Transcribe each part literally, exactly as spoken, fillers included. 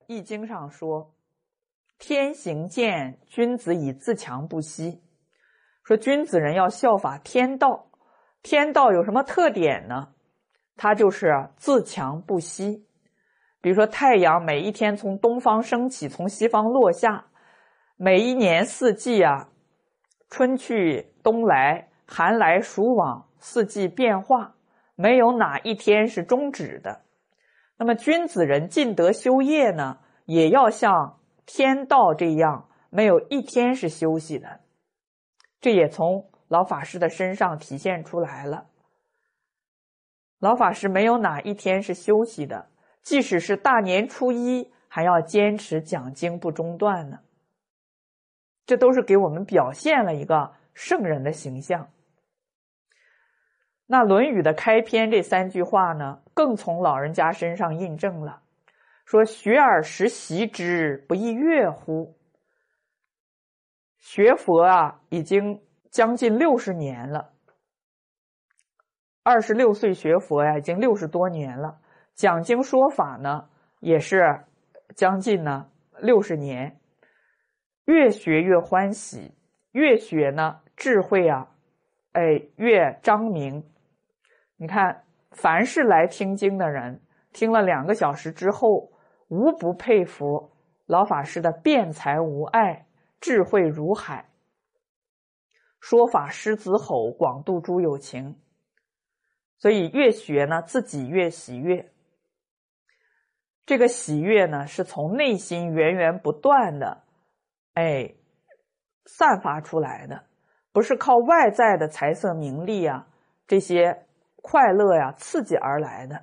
易经上说，天行健，君子以自强不息。说君子人要效法天道，天道有什么特点呢？它就是自强不息。比如说太阳每一天从东方升起，从西方落下，每一年四季啊，春去冬来，寒来暑往，四季变化，没有哪一天是终止的。那么君子人尽德修业呢，也要像天道这样，没有一天是休息的。这也从老法师的身上体现出来了。老法师没有哪一天是休息的，即使是大年初一，还要坚持讲经不中断呢。这都是给我们表现了一个圣人的形象。那《论语》的开篇这三句话呢，更从老人家身上印证了，说学而时习之，不亦说乎？学佛啊，已经将近六十年了。二十六岁学佛呀，已经六十多年了。讲经说法呢，也是将近呢六十年。越学越欢喜，越学呢，智慧啊，哎，越彰明。你看，凡是来听经的人，听了两个小时之后，无不佩服老法师的辩才无碍，智慧如海，说法狮子吼，广度诸有情。所以越学呢，自己越喜悦。这个喜悦呢，是从内心源源不断的，哎，散发出来的，不是靠外在的财色名利啊，这些快乐呀、刺激而来的。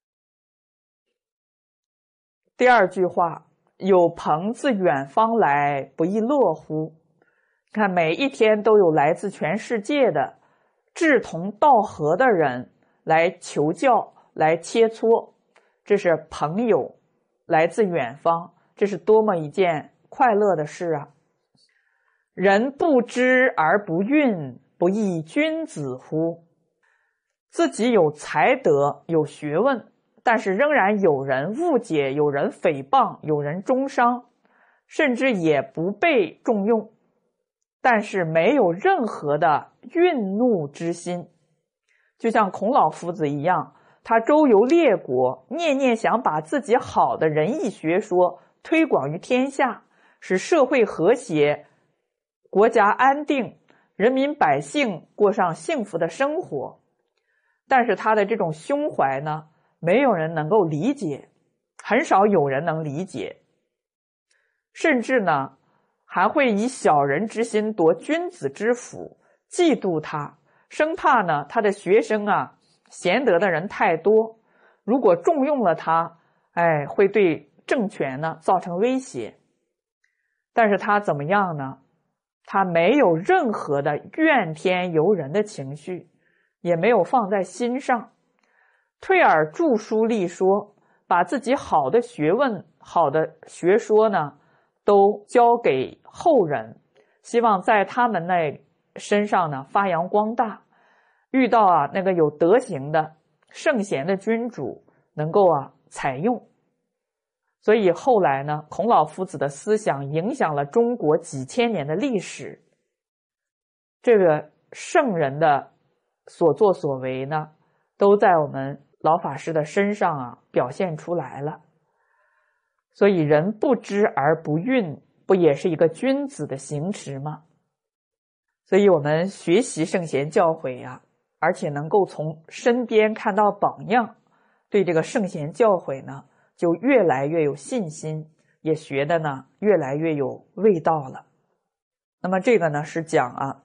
第二句话，有朋自远方来，不亦乐乎？看每一天都有来自全世界的志同道合的人来求教，来切磋，这是朋友来自远方，这是多么一件快乐的事啊！人不知而不愠，不亦君子乎？自己有才德，有学问，但是仍然有人误解，有人诽谤，有人中伤，甚至也不被重用，但是没有任何的愠怒之心。就像孔老夫子一样，他周游列国，念念想把自己好的仁义学说推广于天下，使社会和谐，国家安定，人民百姓过上幸福的生活。但是他的这种胸怀呢，没有人能够理解，很少有人能理解，甚至呢，还会以小人之心夺君子之腹，嫉妒他，生怕呢他的学生啊，贤德的人太多，如果重用了他，哎，会对政权呢造成威胁。但是他怎么样呢？他没有任何的怨天尤人的情绪，也没有放在心上，退而著书立说，把自己好的学问、好的学说呢，都交给后人，希望在他们那身上呢发扬光大。遇到啊那个有德行的圣贤的君主，能够啊采用。所以后来呢，孔老夫子的思想影响了中国几千年的历史。这个圣人的所作所为呢，都在我们老法师的身上啊表现出来了。所以人不知而不愠，不也是一个君子的行持吗？所以我们学习圣贤教诲啊，而且能够从身边看到榜样，对这个圣贤教诲呢，就越来越有信心，也学的呢越来越有味道了。那么这个呢是讲啊，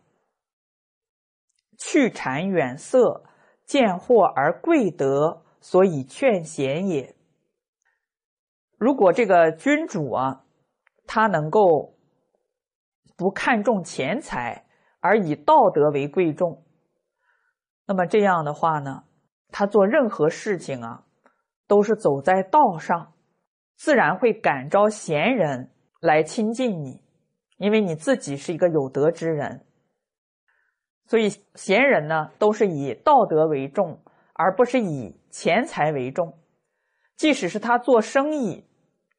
去谗远色，见货而贵德，所以劝贤也。如果这个君主啊，他能够不看重钱财，而以道德为贵重，那么这样的话呢，他做任何事情啊，都是走在道上，自然会感召贤人来亲近你，因为你自己是一个有德之人。所以贤人呢，都是以道德为重，而不是以钱财为重。即使是他做生意，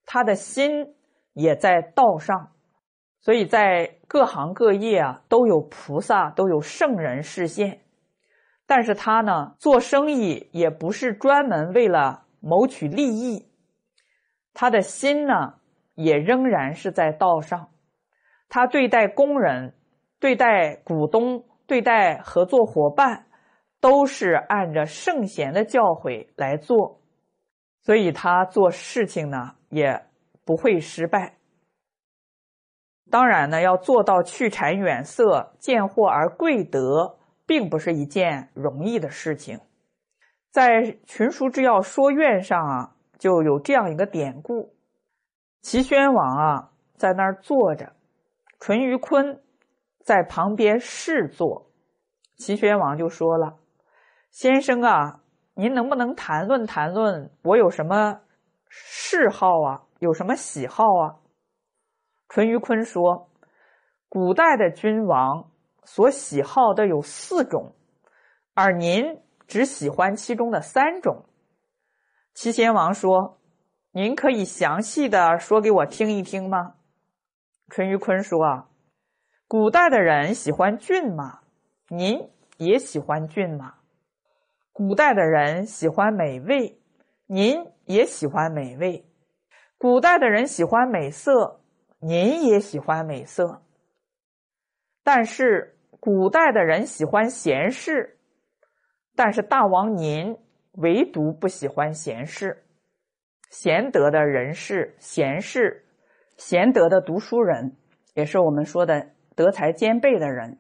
他的心也在道上，所以在各行各业啊都有菩萨，都有圣人示现。但是他呢，做生意也不是专门为了谋取利益，他的心呢也仍然是在道上。他对待工人、对待股东、对待合作伙伴，都是按着圣贤的教诲来做，所以他做事情呢也不会失败。当然呢，要做到去谄远色、见货而贵德，并不是一件容易的事情。在群书治要说院上啊，就有这样一个典故：齐宣王啊在那儿坐着，淳于髡在旁边侍坐。齐宣王就说了：“先生啊，您能不能谈论谈论我有什么嗜好啊，有什么喜好啊？”淳于髡说：“古代的君王所喜好的有四种，而您只喜欢其中的三种。”齐宣王说：“您可以详细的说给我听一听吗？”淳于髡说：“啊，古代的人喜欢骏马，您也喜欢骏马；古代的人喜欢美味，您也喜欢美味；古代的人喜欢美色，您也喜欢美色。但是古代的人喜欢闲事，但是大王您唯独不喜欢闲事。贤德的人士，贤士，贤德的读书人，也是我们说的德才兼备的人。”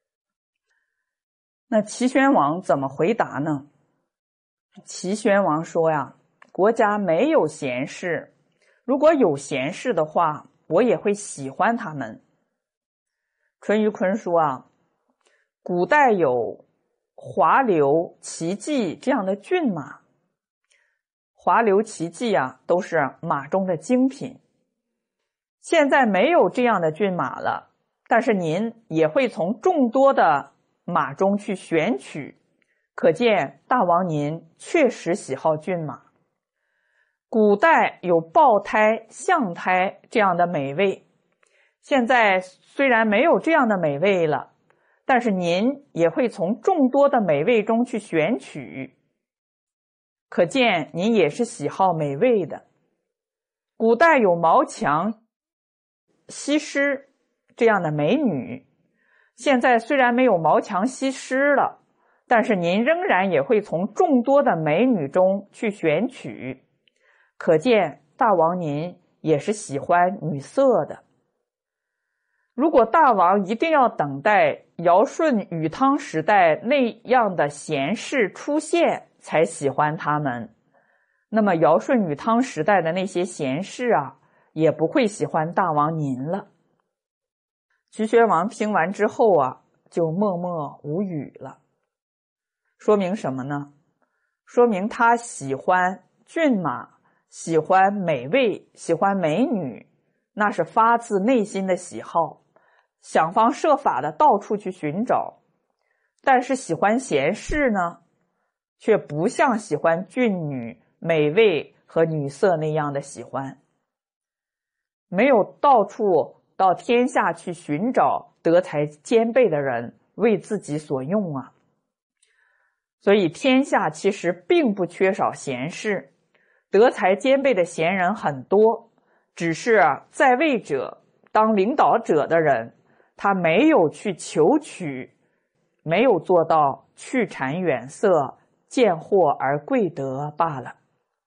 那齐宣王怎么回答呢？齐宣王说呀：“国家没有贤士，如果有贤士的话，我也会喜欢他们。”淳于髡说啊：“古代有华流、奇迹这样的骏马，华流、奇迹啊，都是马中的精品。现在没有这样的骏马了，但是您也会从众多的马中去选取，可见大王您确实喜好骏马。古代有豹胎、象胎这样的美味，现在虽然没有这样的美味了，但是您也会从众多的美味中去选取，可见您也是喜好美味的。古代有毛强、西施这样的美女，现在虽然没有毛强、西施了，但是您仍然也会从众多的美女中去选取，可见大王您也是喜欢女色的。如果大王一定要等待尧舜禹汤时代那样的贤士出现才喜欢他们，那么尧舜禹汤时代的那些贤士啊，也不会喜欢大王您了。”齐宣王听完之后啊，就默默无语了。说明什么呢？说明他喜欢骏马，喜欢美味，喜欢美女，那是发自内心的喜好，想方设法的到处去寻找。但是喜欢闲事呢，却不像喜欢俊女、美味和女色那样的喜欢。没有到处到天下去寻找德才兼备的人为自己所用啊。所以天下其实并不缺少贤士，德才兼备的贤人很多，只是在位者、当领导者的人，他没有去求取，没有做到去谄远色、见货而贵德罢了。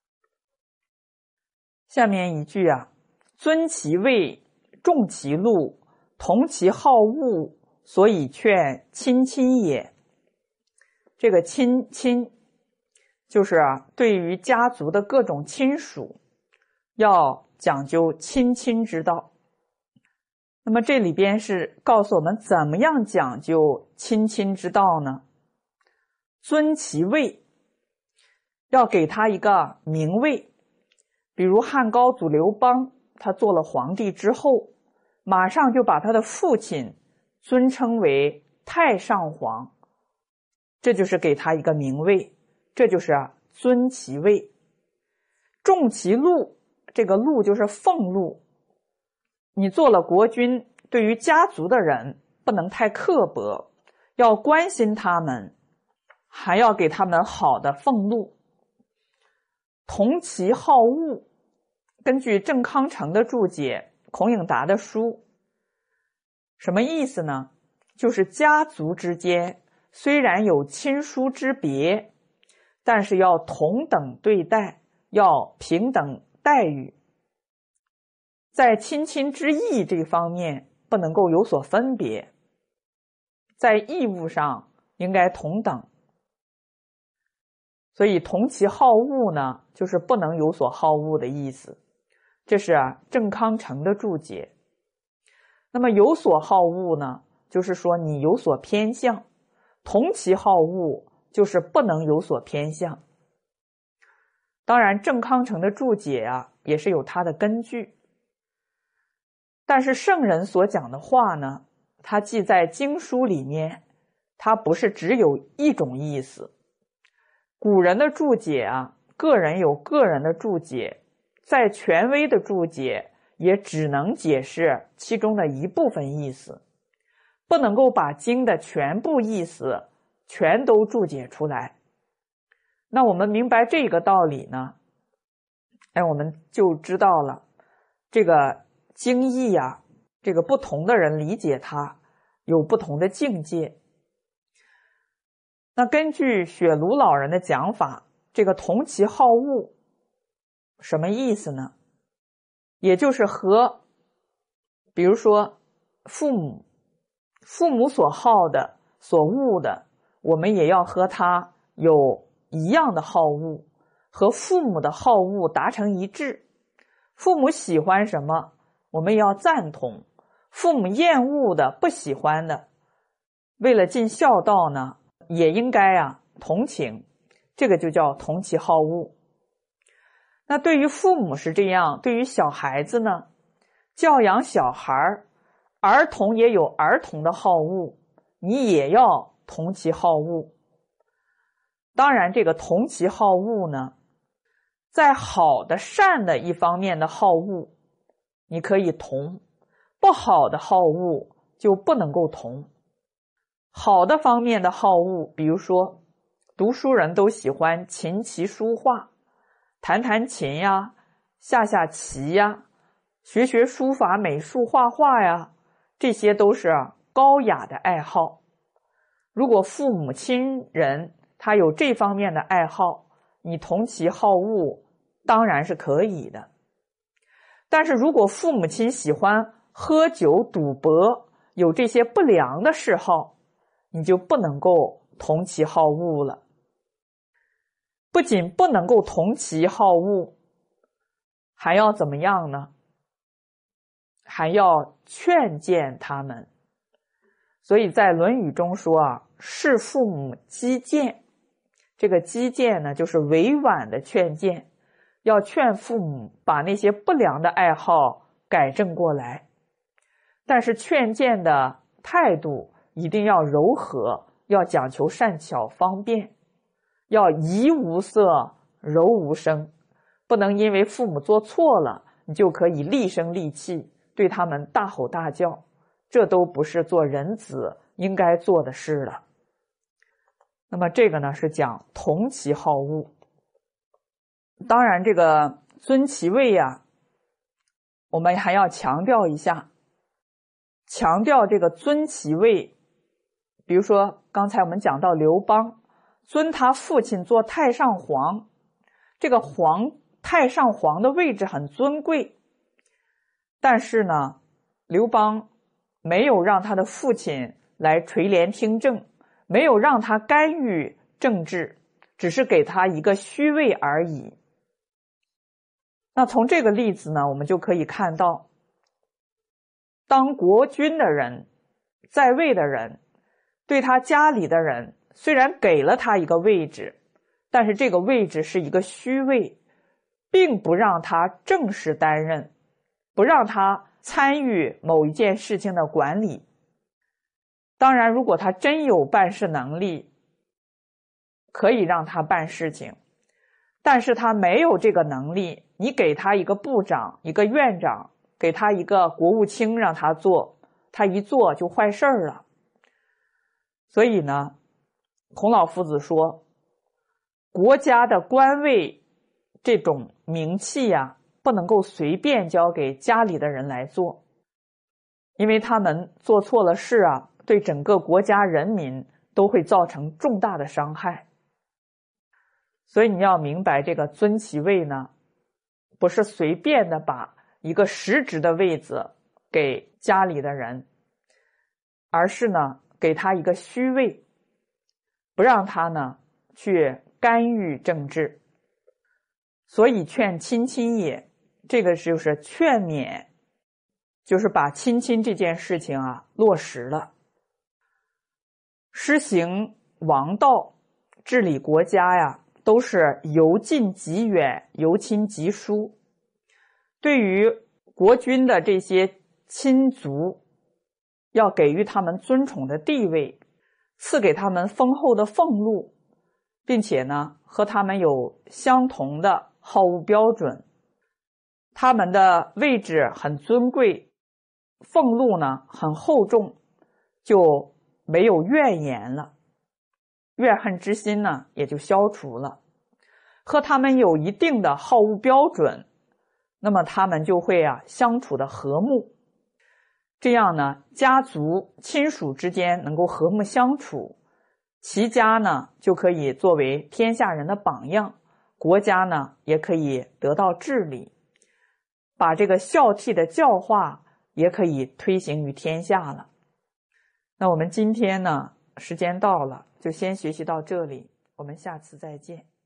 下面一句啊，尊其位，重其禄，同其好恶，所以劝亲亲也。这个亲亲就是啊，对于家族的各种亲属要讲究亲亲之道。那么这里边是告诉我们怎么样讲究亲亲之道呢？尊其位，要给他一个名位。比如汉高祖刘邦，他做了皇帝之后，马上就把他的父亲尊称为太上皇，这就是给他一个名位，这就是啊尊其位。重其禄， 这个禄就是俸禄。你做了国君，对于家族的人不能太刻薄，要关心他们，还要给他们好的俸禄。同其好恶，根据郑康成的注解，孔颖达的书，什么意思呢？就是家族之间虽然有亲疏之别，但是要同等对待，要平等待遇，在亲亲之义这方面不能够有所分别，在义务上应该同等。所以同其好恶呢，就是不能有所好恶的意思。这是啊郑康成的注解。那么有所好恶呢，就是说你有所偏向；同其好恶就是不能有所偏向。当然郑康成的注解啊也是有它的根据，但是圣人所讲的话呢，它记在经书里面，它不是只有一种意思。古人的注解啊，个人有个人的注解，再权威的注解也只能解释其中的一部分意思，不能够把经的全部意思全都注解出来。那我们明白这个道理呢，哎，我们就知道了这个经义啊，这个不同的人理解它有不同的境界。那根据雪庐老人的讲法，这个同其好恶什么意思呢？也就是和比如说父母父母所好的所恶的，我们也要和他有一样的好恶，和父母的好恶达成一致。父母喜欢什么，我们也要赞同；父母厌恶的不喜欢的，为了尽孝道呢，也应该啊同情，这个就叫同其好恶。那对于父母是这样，对于小孩子呢，教养小孩，儿童也有儿童的好恶，你也要同其好恶。当然这个同其好恶呢，在好的善的一方面的好恶你可以同，不好的好恶就不能够同。好的方面的好恶，比如说读书人都喜欢琴棋书画，弹弹琴呀，下下棋呀，学学书法美术画画呀，这些都是高雅的爱好。如果父母亲人他有这方面的爱好，你同其好恶当然是可以的。但是如果父母亲喜欢喝酒赌博，有这些不良的嗜好，你就不能够同其好恶了。不仅不能够同其好恶，还要怎么样呢？还要劝谏他们。所以在《论语》中说啊，事父母击谏。这个击谏呢，就是委婉的劝谏，要劝父母把那些不良的爱好改正过来。但是劝谏的态度一定要柔和，要讲求善巧方便，要怡无色，柔无声，不能因为父母做错了，你就可以厉声厉气对他们大吼大叫，这都不是做人子应该做的事了。那么这个呢，是讲同其好恶。当然这个尊其位呀，我们还要强调一下，强调这个尊其位。比如说刚才我们讲到刘邦尊他父亲做太上皇，这个皇太上皇的位置很尊贵，但是呢刘邦没有让他的父亲来垂帘听政，没有让他干预政治，只是给他一个虚位而已。那从这个例子呢，我们就可以看到，当国君的人，在位的人，对他家里的人虽然给了他一个位置，但是这个位置是一个虚位，并不让他正式担任，不让他参与某一件事情的管理。当然如果他真有办事能力，可以让他办事情，但是他没有这个能力， 你给他一个部长，一个院长，给他一个国务卿让他做，他一做就坏事儿了。所以呢，孔老夫子说，国家的官位这种名气呀，不能够随便交给家里的人来做，因为他们做错了事啊，对整个国家人民都会造成重大的伤害。所以你要明白，这个尊其位呢，不是随便的把一个实职的位子给家里的人，而是呢给他一个虚位，不让他呢去干预政治。所以劝亲亲也，这个就是劝勉，就是把亲亲这件事情啊落实了。施行王道，治理国家呀，都是由近及远，由亲及疏。对于国君的这些亲族，要给予他们尊崇的地位，赐给他们丰厚的俸禄，并且呢和他们有相同的好恶标准，他们的位置很尊贵，俸禄呢很厚重，就没有怨言了，怨恨之心呢也就消除了。和他们有一定的好恶标准，那么他们就会啊相处的和睦，这样呢家族亲属之间能够和睦相处，其家呢就可以作为天下人的榜样，国家呢也可以得到治理，把这个孝悌的教化也可以推行于天下了。那我们今天呢时间到了，就先学习到这里，我们下次再见。